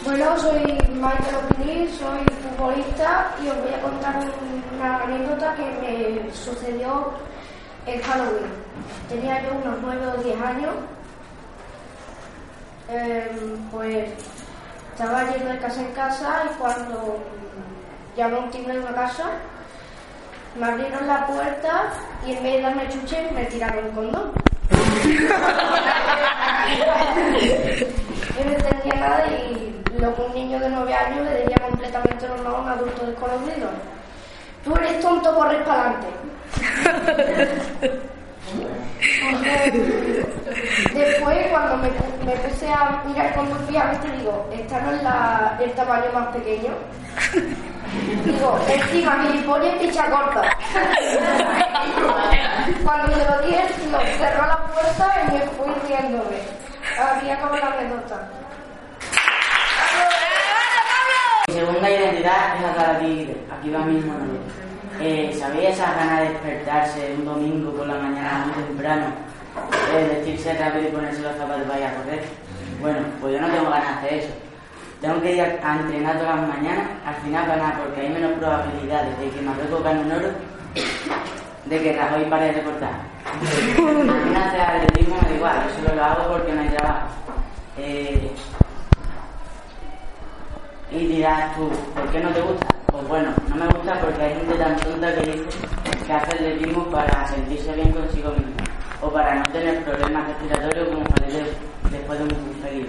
Bueno, soy Maite Lopinil, soy futbolista y os voy a contar una anécdota que me sucedió en Halloween. Tenía yo unos 9 o 10 años, pues estaba yendo de casa en casa y cuando llamó un timbre de una casa, me abrieron la puerta y en vez de darme chuche me tiraron un condón. Yo no entendía nada y lo que un niño de 9 años le diría completamente normal a un adulto desconocido. Tú eres tonto, corres para adelante. Después, cuando me puse a mirar con fijamente, digo, esta no es el tamaño más pequeño. Digo, encima gilipollas y picha corta. Cuando se lo dije, el tío cerró la puerta y me fui riéndome. Aquí acabó la anécdota. Mi segunda identidad es la de aquí va mismo, ¿no? ¿Sabéis esas ganas de despertarse un domingo por la mañana muy temprano, vestirse rápido y ponerse los zapatos para ir a correr? Bueno, pues yo no tengo ganas de eso. Tengo que ir a entrenar todas las mañanas, al final para nada, porque hay menos probabilidades de que Marruecos gane un oro de que Rajoy pare de recortar. A mí hacer atletismo me da igual, yo solo lo hago porque no hay trabajo. Y dirás tú, ¿por qué no te gusta? Pues bueno, no me gusta porque hay gente tan tonta que dice que hace atletismo para sentirse bien consigo mismo o para no tener problemas respiratorios como padecer después de un feliz.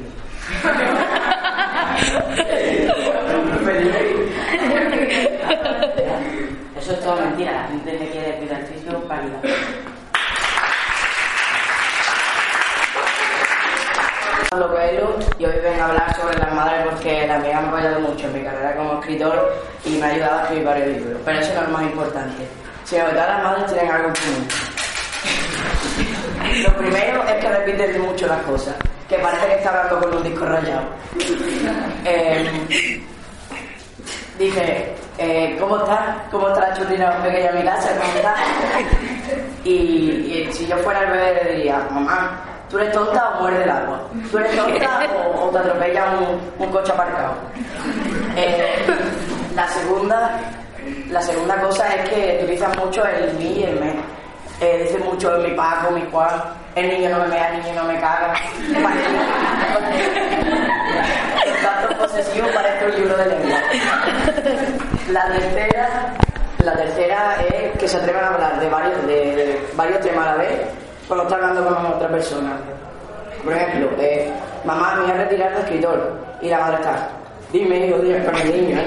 Eso es todo mentira, la gente se quiere cuidar el físico para ayudar. Y hoy vengo a hablar sobre las madres porque la mía me ha ayudado mucho en mi carrera como escritor y me ha ayudado a escribir varios libros, pero eso no es lo más importante, sino que todas las madres tienen algo en común. Lo primero es que repiten mucho las cosas, que parece que está hablando con un disco rayado. Dije, ¿cómo está? ¿Cómo está la chutina pequeña en mi casa? ¿Cómo está? Y si yo fuera el bebé le diría, mamá, ¿tú eres tonta o muerde el agua? ¿Tú eres tonta o te atropella un coche aparcado? La segunda cosa es que utilizan mucho el mi y el me. Dicen mucho mi Paco, mi Juan, el niño no me mea, el niño no me caga. El tanto posesivo parece un libro de lengua. La tercera es que se atrevan a hablar de varios temas a la vez cuando está hablando con otra persona. Por ejemplo, mamá, me voy a retirar de escritor. Y la madre está, dime, hijo, dime, con el niño,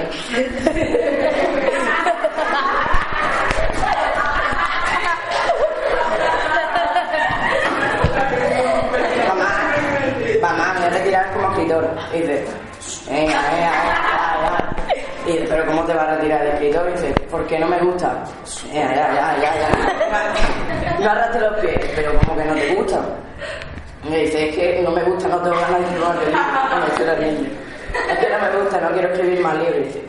Mamá, me voy a retirar como escritor. Y dice, Y dice, ¿pero cómo te vas a retirar de escritor? Y dice, porque no me gusta. Ya. No arrastres los pies, pero como que no te gusta. Y dice, es que no me gusta, no tengo ganas de escribir libros cuando estoy la niña. Es que no me gusta, no quiero escribir más libros. Y dice,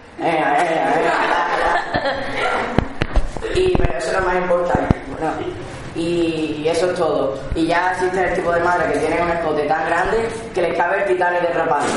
pero eso es lo más importante. Bueno, y eso es todo. Y ya existe el tipo de madre que tienen un escote tan grande que les cabe el Titanic derrapando.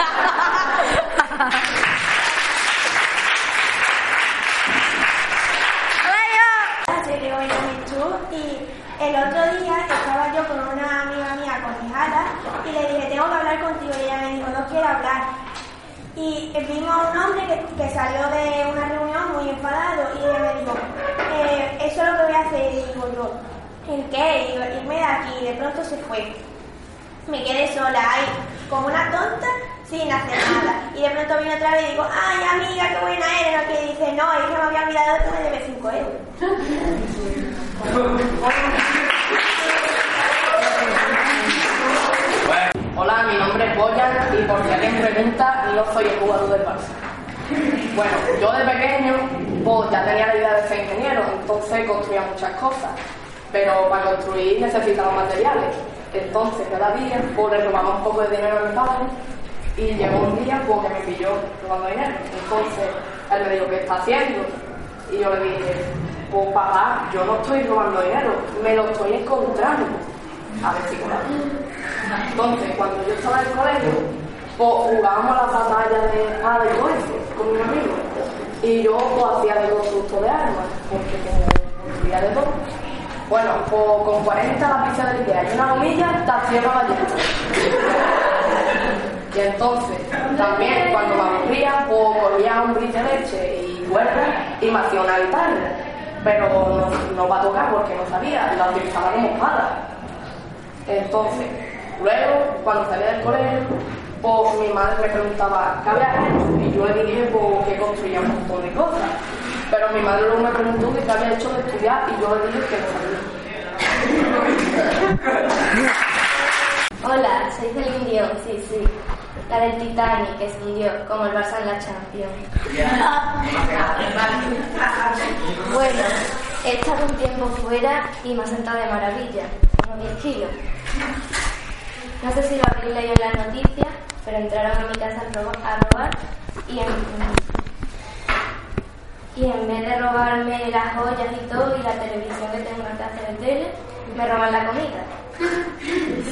Y el otro día estaba yo con una amiga mía concejala y le dije, tengo que hablar contigo, y ella me dijo, no quiero hablar. Y vimos a un hombre que salió de una reunión muy enfadado y ella me dijo, eso es lo que voy a hacer. Y digo yo, ¿el qué? Y irme de aquí. Y de pronto se fue. Me quedé sola ahí, como una tonta, sin hacer nada. Y de pronto vino otra vez y digo, ay amiga, qué buena eres. Lo que dice, no, es que me había olvidado que me debe 5 euros. Hola, mi nombre es Boyan y por si alguien pregunta, no soy el jugador del Barça. Bueno, yo de pequeño pues ya tenía la idea de ser ingeniero, entonces construía muchas cosas, pero para construir necesitaba materiales. Entonces cada día pues le robaba un poco de dinero a mi padre y llegó un día pues que me pilló robando dinero. Entonces él me dijo, ¿qué está haciendo? Y yo le dije, pues papá, yo no estoy robando dinero, me lo estoy encontrando. A ver si colado. Entonces, cuando yo estaba en el colegio, pues jugábamos las batallas de espada y cohete con un amigo. Y yo pues hacía de los sustos de armas, porque como construía de todo. Bueno, pues con 40 lápices de Ikea y una gomilla te hacía una ballesta. Y entonces, también cuando me aburría, pues cogía un bris de leche y cuerda y me hacía una guitarra. Pero no va a tocar porque no sabía, la utilizaba como espada. Entonces, luego, cuando salí del colegio, pues mi madre me preguntaba ¿qué había hecho? Y yo le dije pues, que construía un montón de cosas. Pero mi madre luego me preguntó qué había hecho de estudiar y yo le dije que no sabía. Hola, soy Celine Dion, sí. La del Titanic, que se hundió, como el Barça en la Champions. Bueno, he estado un tiempo fuera y me ha sentado de maravilla, unos 10 kilos. No sé si lo habréis leído en las noticias, pero entraron a mi casa a robar y en vez de robarme las joyas y todo y la televisión que tengo en la casa de tele, me roban la comida.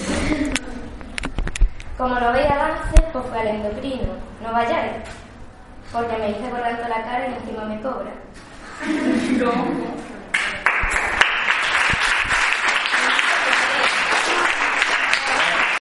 Como no veía avances, pues fui al endocrino. No vayáis, porque me hice correr toda la cara y encima me cobra.